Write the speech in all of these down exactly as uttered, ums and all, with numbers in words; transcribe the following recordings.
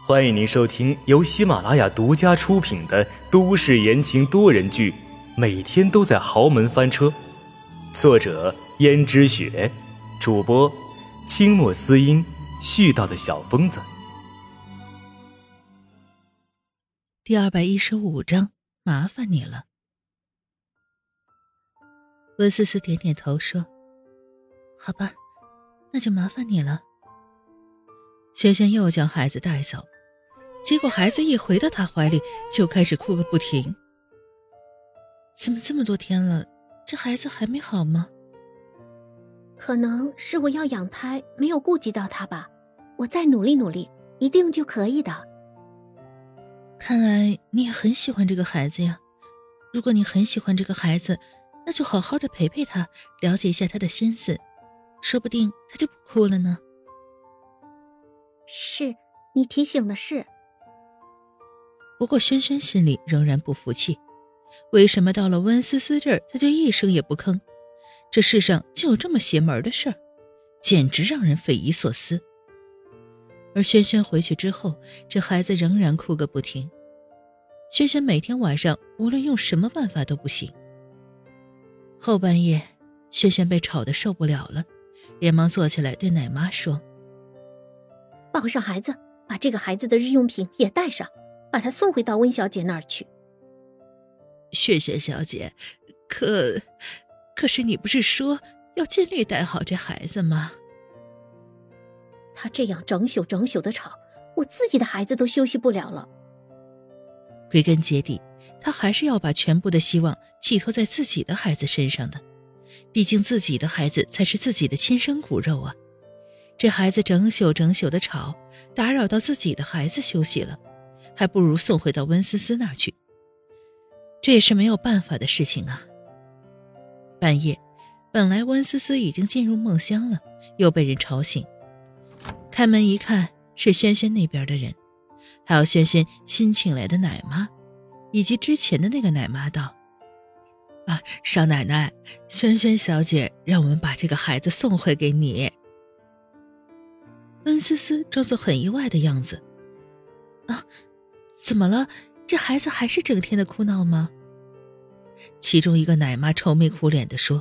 欢迎您收听由喜马拉雅独家出品的都市言情多人剧《每天都在豪门翻车》，作者胭脂雪，主播清墨思音，絮叨的小疯子。 第二百一十五章，麻烦你了。温思思点点头说：好吧，那就麻烦你了。轩轩又将孩子带走，结果孩子一回到他怀里就开始哭个不停。怎么这么多天了，这孩子还没好吗？ 可能是我要养胎没有顾及到他吧，我再努力努力，一定就可以的。 看来你也很喜欢这个孩子呀。如果你很喜欢这个孩子，那就好好的陪陪他，了解一下他的心思，说不定他就不哭了呢。 是，你提醒的是。 不过轩轩心里仍然不服气，为什么到了温思思这儿他就一声也不吭？这世上就有这么邪门的事儿，简直让人匪夷所思。而轩轩回去之后，这孩子仍然哭个不停。轩轩每天晚上无论用什么办法都不行。后半夜，轩轩被吵得受不了了，连忙坐起来对奶妈说： 抱上孩子，把这个孩子的日用品也带上，把他送回到温小姐那儿去。 轩轩小姐，可可是你不是说要尽力带好这孩子吗？ 他这样整宿整宿的吵，我自己的孩子都休息不了了。 归根结底，他还是要把全部的希望寄托在自己的孩子身上的，毕竟自己的孩子才是自己的亲生骨肉啊。这孩子整宿整宿的吵，打扰到自己的孩子休息了，还不如送回到温思思那儿去。这也是没有办法的事情啊。半夜，本来温思思已经进入梦乡了，又被人吵醒。开门一看，是轩轩那边的人，还有轩轩新请来的奶妈，以及之前的那个奶妈道：啊，少奶奶，轩轩小姐让我们把这个孩子送回给你。温思思装作很意外的样子。啊，怎么了？这孩子还是整天的哭闹吗？其中一个奶妈愁眉苦脸地说：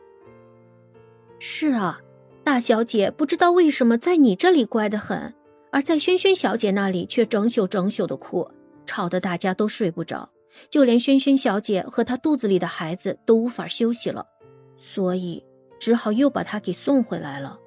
是啊，大小姐不知道为什么在你这里乖得很，而在轩轩小姐那里却整宿整宿的哭，吵得大家都睡不着，就连轩轩小姐和她肚子里的孩子都无法休息了，所以只好又把她给送回来了。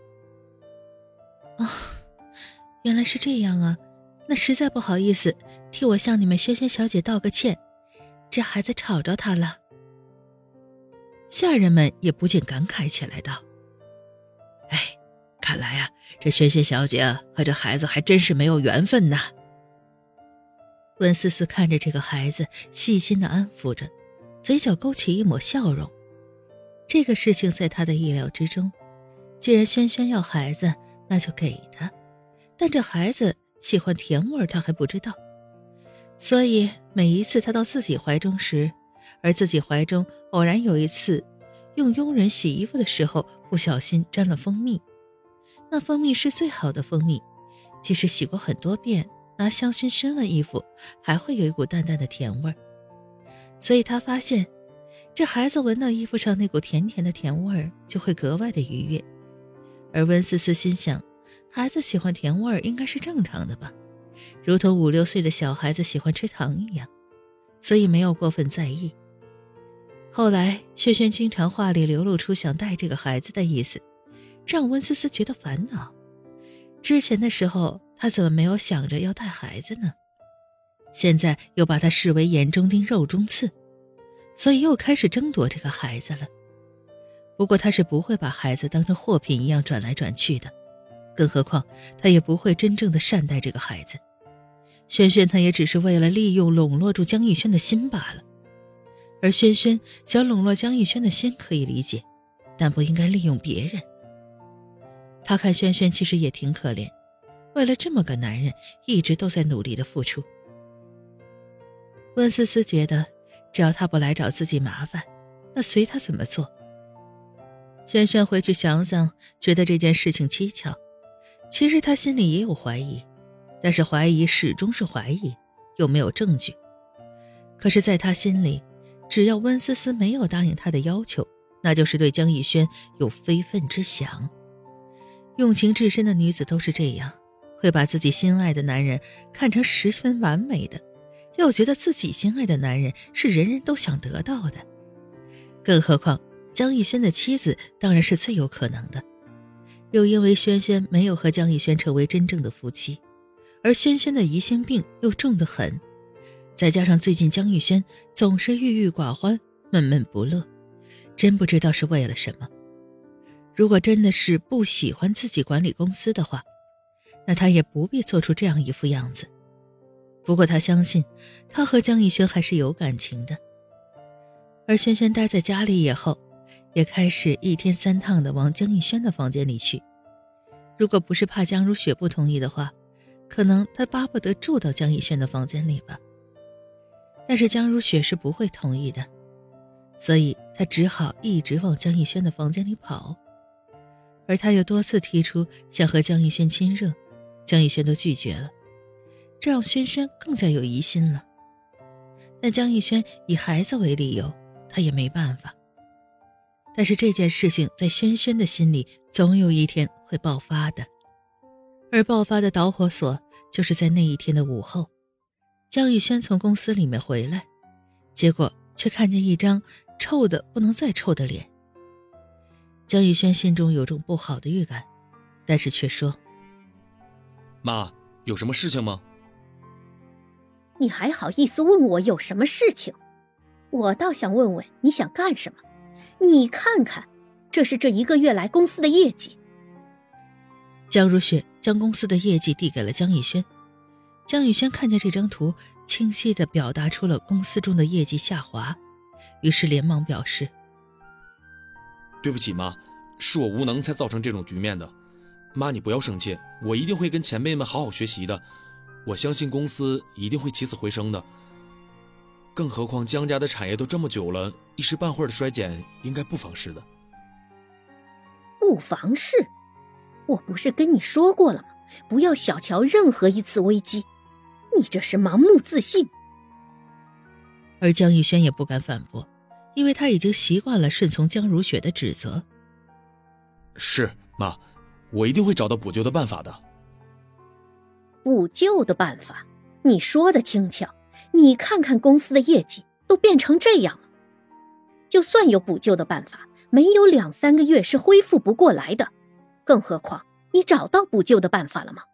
啊，原来是这样啊，那实在不好意思，替我向你们轩轩小姐道个歉，这孩子吵着她了。下人们也不禁感慨起来道：哎，看来啊，这轩轩小姐和这孩子还真是没有缘分呐。温思思看着这个孩子，细心地安抚着，嘴角勾起一抹笑容。这个事情在她的意料之中，既然轩轩要孩子，那就给他，但这孩子喜欢甜味儿，他还不知道。所以每一次他到自己怀中时，而自己怀中偶然有一次用佣人洗衣服的时候不小心沾了蜂蜜，那蜂蜜是最好的蜂蜜，即使洗过很多遍，拿香薰熏了衣服，还会有一股淡淡的甜味儿。所以他发现这孩子闻到衣服上那股甜甜的甜味儿，就会格外的愉悦。而温思思心想，孩子喜欢甜味儿应该是正常的吧，如同五六岁的小孩子喜欢吃糖一样，所以没有过分在意。后来轩轩经常话里流露出想带这个孩子的意思，这让温思思觉得烦恼。之前的时候他怎么没有想着要带孩子呢？现在又把他视为眼中钉肉中刺，所以又开始争夺这个孩子了。不过他是不会把孩子当成货品一样转来转去的，更何况他也不会真正的善待这个孩子。轩轩他也只是为了利用笼络住江逸轩的心罢了，而轩轩想笼络江逸轩的心可以理解，但不应该利用别人。他看轩轩其实也挺可怜，为了这么个男人一直都在努力的付出。温思思觉得只要他不来找自己麻烦，那随他怎么做。轩轩回去想想，觉得这件事情蹊跷。其实他心里也有怀疑， 但是怀疑始终是怀疑，又没有证据。可是在他心里，只要温思思没有答应他的要求，那就是对江逸轩有非分之想。用情至深的女子都是这样，会把自己心爱的男人看成十分完美的，又觉得自己心爱的男人是人人都想得到的。更何况江逸轩的妻子当然是最有可能的，又因为轩轩没有和江逸轩成为真正的夫妻，而轩轩的疑心病又重得很，再加上最近江逸轩总是郁郁寡欢，闷闷不乐，真不知道是为了什么。如果真的是不喜欢自己管理公司的话，那他也不必做出这样一副样子。不过他相信他和江逸轩还是有感情的。而轩轩待在家里以后，也开始一天三趟的往江逸轩的房间里去。如果不是怕江如雪不同意的话，可能他巴不得住到江逸轩的房间里吧。但是江如雪是不会同意的，所以他只好一直往江逸轩的房间里跑。而他又多次提出想和江逸轩亲热，江逸轩都拒绝了，这让轩轩更加有疑心了。但江逸轩以孩子为理由，他也没办法。但是这件事情在轩轩的心里总有一天会爆发的，而爆发的导火索就是在那一天的午后，江逸轩从公司里面回来，结果却看见一张臭得不能再臭的脸。江逸轩心中有种不好的预感，但是却说： 妈，有什么事情吗？ 你还好意思问我有什么事情？我倒想问问你想干什么。你看看，这是这一个月来公司的业绩。 江如雪将公司的业绩递给了江逸轩。江逸轩看见这张图，清晰地表达出了公司中的业绩下滑，于是连忙表示： 对不起妈，是我无能才造成这种局面的。妈，你不要生气，我一定会跟前辈们好好学习的。我相信公司一定会起死回生的。更何况江家的产业都这么久了，一时半会儿的衰减应该不妨事的。 不妨事？我不是跟你说过了吗？不要小瞧任何一次危机，你这是盲目自信。 而江逸轩也不敢反驳，因为他已经习惯了顺从江如雪的指责。 是，妈，我一定会找到补救的办法的。 补救的办法？你说的轻巧，你看看公司的业绩都变成这样了，就算有补救的办法，没有两三个月是恢复不过来的。更何况你找到补救的办法了吗？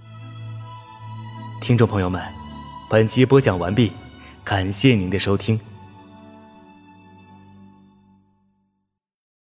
听众朋友们，本集播讲完毕，感谢您的收听。